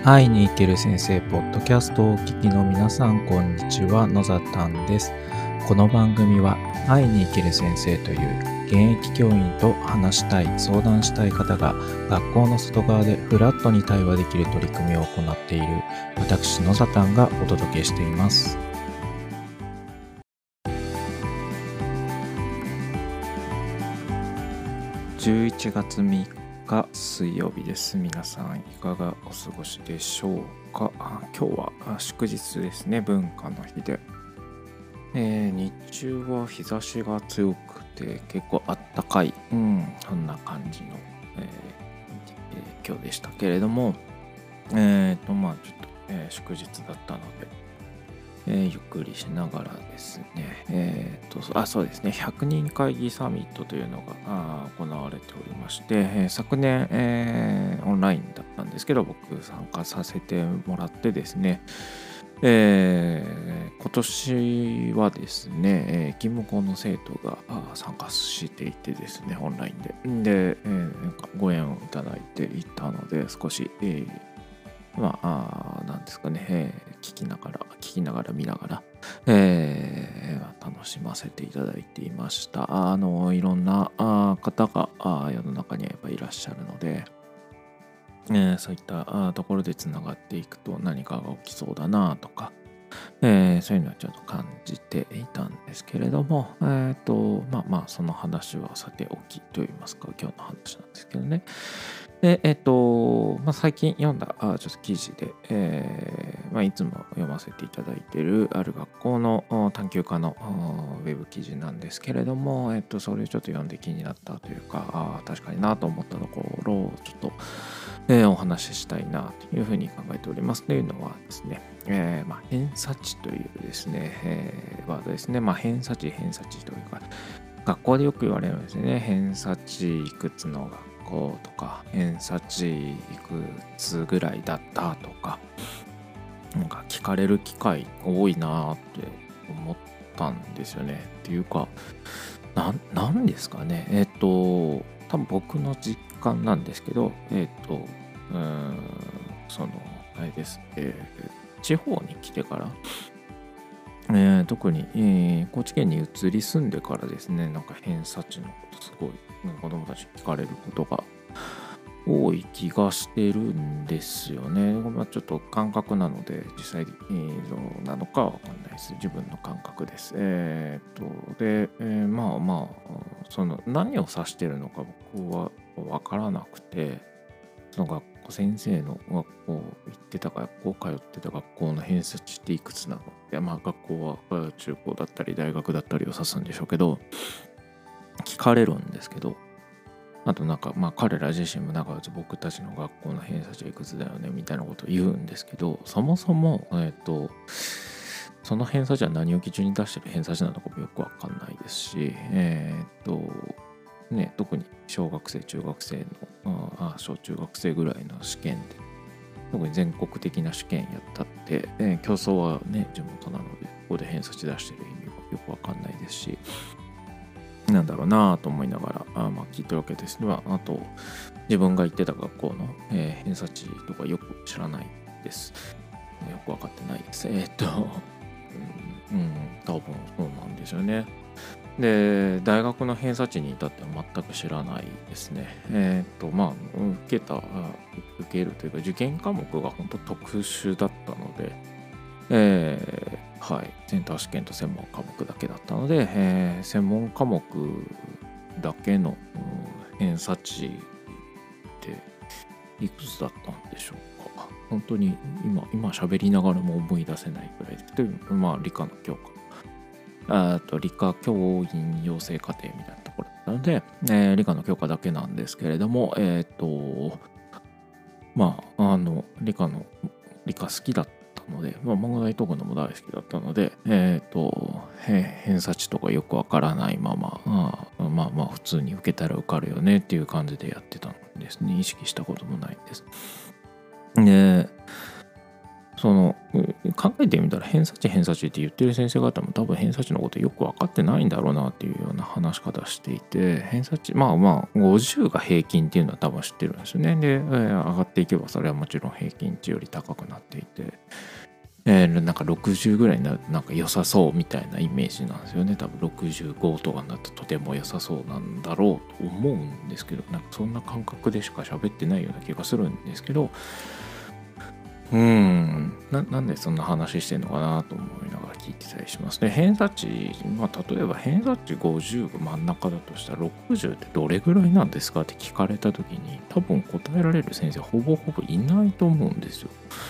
会いに行ける先生ポッドキャストをお聞きの皆さん、こんにちは。野ざたんです。この番組は会いに行ける先生という現役教員と話したい、相談したい方が学校の外側でフラットに対話できる取り組みを行っている私野ざたんがお届けしています。11月3日水曜日です。皆さんいかがお過ごしでしょうか。今日は祝日ですね。文化の日で、日中は日差しが強くて結構あったかい、そんな感じの、今日でしたけれども、ちょっと、祝日だったので、ゆっくりしながらですね、そうですね、100人会議サミットというのが行われておりまして、昨年、オンラインだったんですけど、僕参加させてもらってですね、今年はですね、勤務校の生徒が参加していてですね、オンラインで、なんかご縁をいただいていたので、少し、なんですかね、聞きながら見ながら、楽しませていただいていました。いろんな方が世の中にはやっぱりいらっしゃるので、そういったところでつながっていくと何かが起きそうだなとか、そういうのはちょっと感じていたんですけれども、その話はさておきといいますか、今日の話なんですけどね。で、最近読んだちょっと記事で、いつも読ませていただいているある学校の探究家のウェブ記事なんですけれども、それをちょっと読んで気になったというか、確かになと思ったところをちょっと、お話ししたいなというふうに考えております。というのはですね、偏差値というですね、ワードですね。偏差値というか、学校でよく言われるんですね。偏差値いくつの学校とか、偏差値いくつぐらいだったとか、なんか聞かれる機会多いなって思ったんですよね。っていうか、なんですかね。多分僕の実感なんですけど、あれです。地方に来てから、特に、高知県に移り住んでからですね、なんか偏差値のことすごい、子供たちに聞かれることが多い気がしてるんですよね。ちょっと感覚なので、実際、どうなのかはわかんないです。自分の感覚です。その何を指してるのか僕はわからなくて、その学校先生の学校行ってた学校通ってた学校の偏差値っていくつなの？学校は中高だったり大学だったりを指すんでしょうけど、聞かれるんですけど、あとなんか彼ら自身も僕たちの学校の偏差値はいくつだよねみたいなことを言うんですけど、そもそもその偏差値は何を基準に出してる偏差値なのかもよくわかんないですし、特に小学生中学生の小中学生ぐらいの試験で、特に全国的な試験やったって、競争はね地元なので、ここで偏差値出してる意味もよくわかんないですし、なんだろうなと思いながら聞いてるわけですが、あと自分が行ってた学校の、偏差値とかよく知らないです。よく分かってないです。多分そうなんですよね。で、大学の偏差値に至っては全く知らないですね。受けるというか受験科目が本当特殊だったので、センター試験と専門科目だけだったので、専門科目だけの、偏差値っていくつだったんでしょうか。本当に今喋りながらも思い出せないくらいです。理科の教科。理科教員養成課程みたいなところなので、理科の教科だけなんですけれども、理科好きだったので、問題解くのも大好きだったので、偏差値とかよくわからないまま、普通に受けたら受かるよねっていう感じでやってたんですね。意識したこともないんです。で、 考えてみたら偏差値って言ってる先生方も多分偏差値のことよく分かってないんだろうなっていうような話し方していて、偏差値まあ50が平均っていうのは多分知ってるんですよね。で、上がっていけばそれはもちろん平均値より高くなっていて、なんか60ぐらいなんか良さそうみたいなイメージなんですよね。多分65とかになったらとても良さそうなんだろうと思うんですけど、なんかそんな感覚でしか喋ってないような気がするんですけど、なんでそんな話してんのかなと思いながら聞いてたりしますね。偏差値、例えば偏差値50が真ん中だとしたら60ってどれぐらいなんですかって聞かれた時に多分答えられる先生ほぼほぼいないと思うんですよ。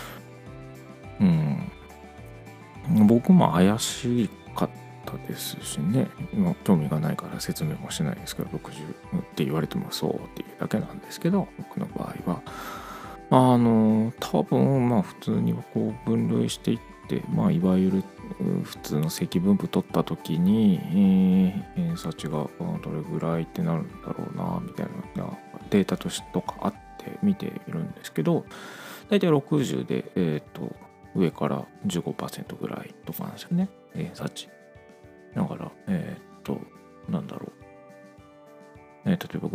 僕も怪しかったですしね、興味がないから説明もしないですけど、60って言われてもそうっていうだけなんですけど、僕の場合は多分普通にこう分類していって、いわゆる普通の積分布取った時に、偏差値がどれぐらいってなるんだろうなみたいなデータとかあって見ているんですけど、大体60で、上から15% ぐらいとかなんですよね、偏差値。だからなんだろう、例えば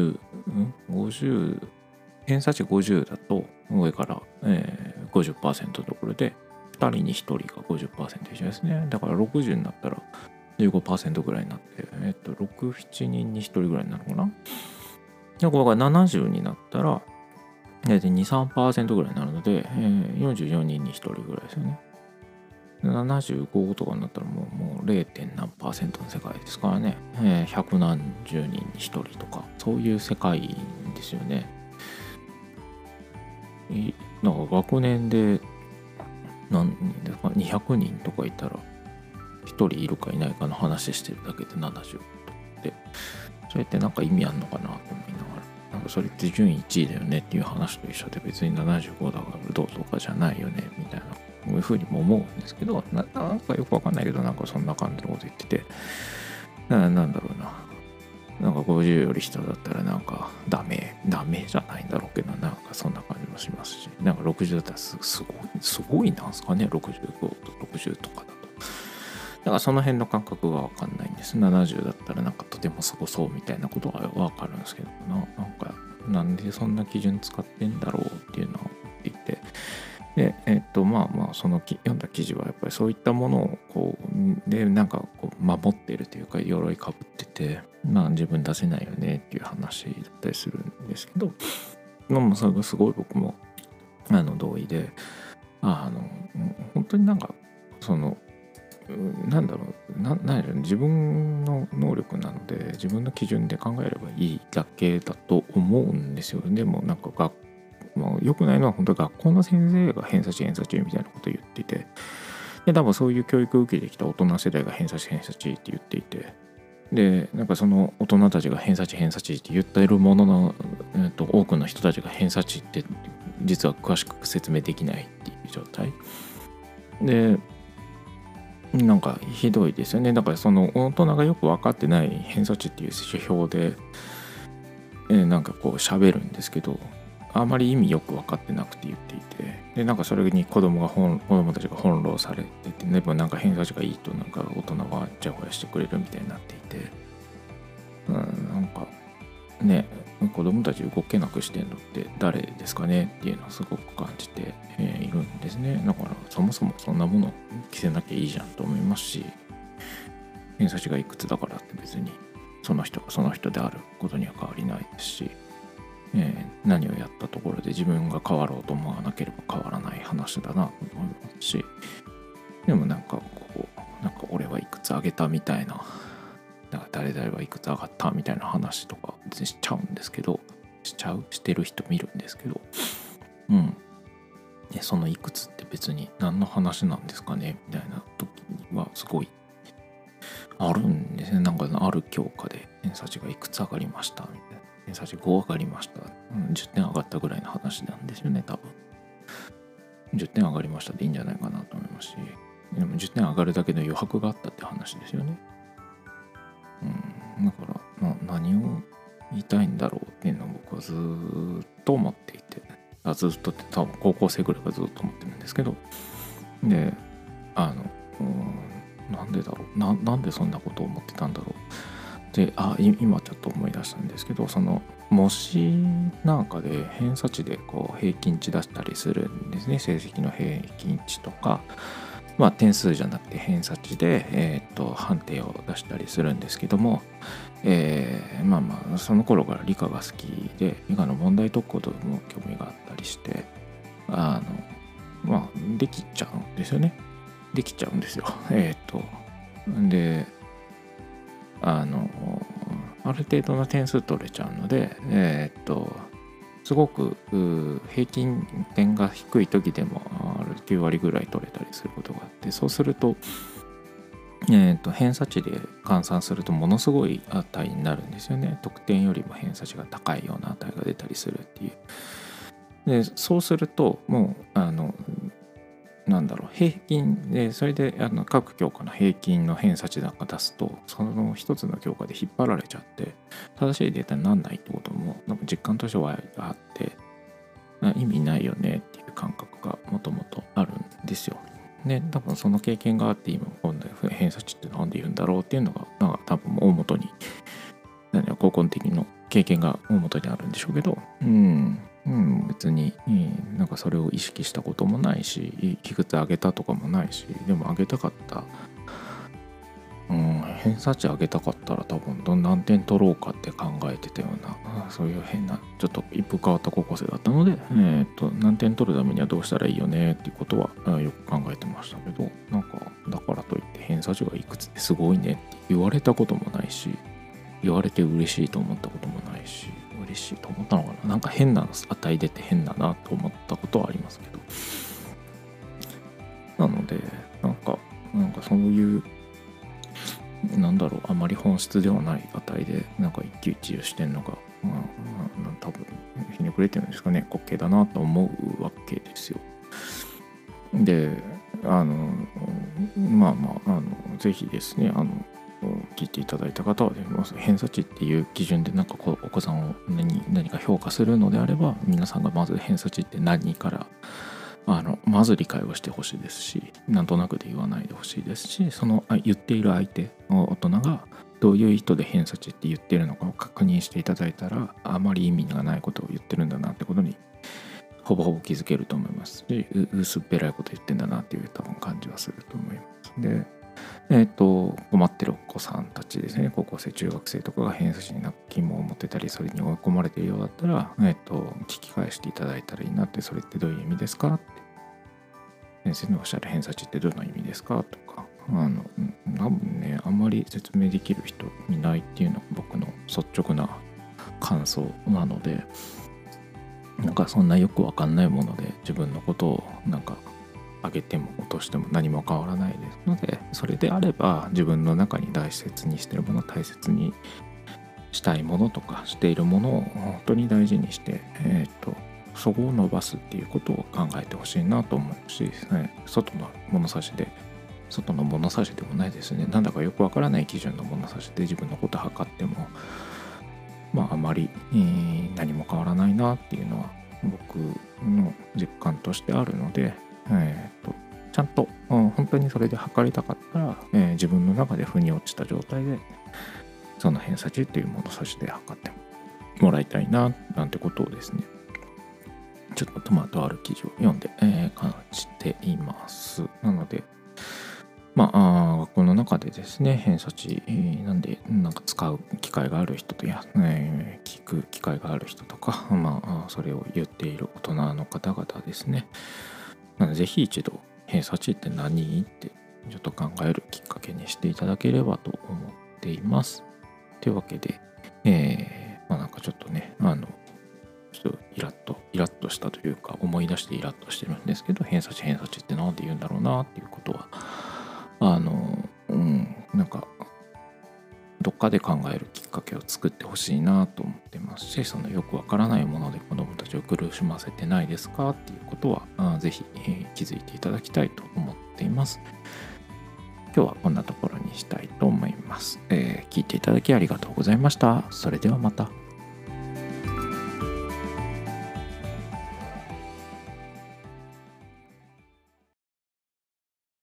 50偏差値50だと上から、50% のところで2人に1人が 50% 一緒ですね。だから60になったら 15% ぐらいになって、6、7人に1人ぐらいになるのかな。でこれが70になったら大体 2、3% ぐらいになるので、44人に1人ぐらいですよね。75とかになったらもう 0. 何%の世界ですからね、100何十人に1人とかそういう世界ですよね。なんか学年で何人ですか200人とかいたら1人いるかいないかの話してるだけで70とで、それってなんか意味あんのかなと思いながら、なんかそれって順位1位だよねっていう話と一緒で、別に75だからどうとかじゃないよねみたいな、こういうふうにも思うんですけど、なんかよくわかんないけど、なんかそんな感じのこと言ってて、なんだろうな、なんか50より下だったらなんかダメじゃないんだろうけど、なんかそんな感じもしますし、なんか60だったらすごいなんですかね、65と60とかだと。だからその辺の感覚がわかんないんです。70だったらなんかとてもすごそうみたいなことはわかるんですけど、なんかなんでそんな基準使ってんだろうっていうのを言っていて、でその読んだ記事はやっぱりそういったものをこうでなんかこう守っているというか鎧かぶってて、自分出せないよねっていう話だったりするんですけど、それがすごい僕も同意で、本当になんかそのなんだろう自分の能力なので自分の基準で考えればいいだけだと思うんですよ。でもなんか良くないのは本当学校の先生が偏差値みたいなことを言っていて、で多分そういう教育を受けてきた大人世代が偏差値って言っていて、でなんかその大人たちが偏差値って言っているものの、多くの人たちが偏差値って実は詳しく説明できないっていう状態で、なんかひどいですよね。だからその大人がよく分かってない偏差値っていう指標で、なんかこう喋るんですけど、あまり意味よく分かってなくて言っていて、でなんかそれに子供たちが翻弄されてて、でもなんか偏差値がいいとなんか大人はちゃほやしてくれるみたいになっていて、なんかね、子供たち動けなくしてんのって誰ですかねっていうのをすごく感じて、いるんですね。だからそもそもそんなもの着せなきゃいいじゃんと思いますし、偏差値がいくつだからって別にその人がその人であることには変わりないですし、何をやったところで自分が変わろうと思わなければ変わらない話だなと思いますし、でもなんか俺はいくつ上げたみたいな、なんか誰々はいくつ上がったみたいな話とか別にしちゃうんですけど、してる人見るんですけど、でそのいくつって別に何の話なんですかねみたいな時にはすごいあるんですね。なんかある教科で偏差値がいくつ上がりましたみたいな、偏差値5上がりました、10点上がったぐらいの話なんですよね。多分10点上がりましたでいいんじゃないかなと思いますし、でも10点上がるだけの余白があったって話ですよね。だから何を言いたいんだろうっていうのを僕はずっと思っていて、ずっとって多分高校生ぐらいからずっと思ってるんですけど、 で、なんでだろうなんでそんなことを思ってたんだろう。で、今ちょっと思い出したんですけど、その模試なんかで偏差値でこう平均値出したりするんですね。成績の平均値とか、点数じゃなくて偏差値で、判定を出したりするんですけども、その頃から理科が好きで、理科の問題解くことも興味があったりして、できちゃうんですよね。できちゃうんですよ。で、ある程度の点数取れちゃうので、すごく平均点が低い時でも9割ぐらい取れたりすることがあって、そうすると、偏差値で換算するとものすごい値になるんですよね。得点よりも偏差値が高いような値が出たりするっていう。でそうするともう平均で、それで各教科の平均の偏差値なんか出すと、その一つの教科で引っ張られちゃって正しいデータにならないってことも実感としてはあって、意味ないよねっていう感覚がもともとあるんですよ。で多分その経験があって、今今度偏差値ってなんで言うんだろうっていうのが多分大元に高校的の経験が大元にあるんでしょうけど、別に、それを意識したこともないし、いくつ上げたとかもないし、でも上げたかった、偏差値上げたかったら多分何点取ろうかって考えてたような、そういう変なちょっと一風変わった高校生だったので、何点取るためにはどうしたらいいよねっていうことはよく考えてましたけど、だからといって偏差値がいくつですごいねって言われたこともないし、言われて嬉しいと思ったこともないし、嬉しいと思ったのかな、変な値出て変だなと思ったことはありますけど、なのでそういうあまり本質ではない値で一喜一憂してんのが、多分ひねくれてるんですかね、滑稽だなと思うわけですよ。でぜひですね、聞いていただいた方は、偏差値っていう基準でお子さんを何か評価するのであれば、皆さんがまず偏差値って何からまず理解をしてほしいですし、なんとなくで言わないでほしいですし、その言っている相手大人がどういう意図で偏差値って言っているのかを確認していただいたら、あまり意味がないことを言ってるんだなってことにほぼほぼ気づけると思いますし、薄っぺらいこと言ってんだなっていう多分感じはすると思います。で困ってるお子さんたちですね、高校生中学生とかが偏差値に疑問を持ってたり、それに追い込まれているようだったら、聞き返していただいたらいいなって、それってどういう意味ですかって、先生のおっしゃる偏差値ってどんな意味ですかとか、多分ね、あんまり説明できる人いないっていうのが僕の率直な感想なので、そんなよくわかんないもので自分のことを上げても落としても何も変わらないですので、それであれば自分の中に大切にしているもの、大切にしたいものとかしているものを本当に大事にして、そこを伸ばすっていうことを考えてほしいなと思うし、外の物差しでもないですね、なんだかよくわからない基準の物差しで自分のことを測ってもあまり、何も変わらないなっていうのは僕の実感としてあるので、ちゃんと、本当にそれで測りたかったら、自分の中で腑に落ちた状態でその偏差値っていう物差しで測ってもらいたいななんてことをですね、ちょっとある記事を読んで、感じています。なので学校の中でですね、偏差値使う機会がある人と聞く機会がある人とか、それを言っている大人の方々ですね、ぜひ一度偏差値って何ってちょっと考えるきっかけにしていただければと思っています。というわけで、ちょっとね、ちょっとイラッとしたというか、思い出してイラッとしてるんですけど、偏差値って何で言うんだろうなっていうことはどっかで考えるきっかけを作ってほしいなと思ってますし、そのよくわからないもので子どもたちを苦しませてないですかっていうことはぜひ、気づいていただきたいと思っています。今日はこんなところにしたいと思います。聞いていただきありがとうございました。それではまた。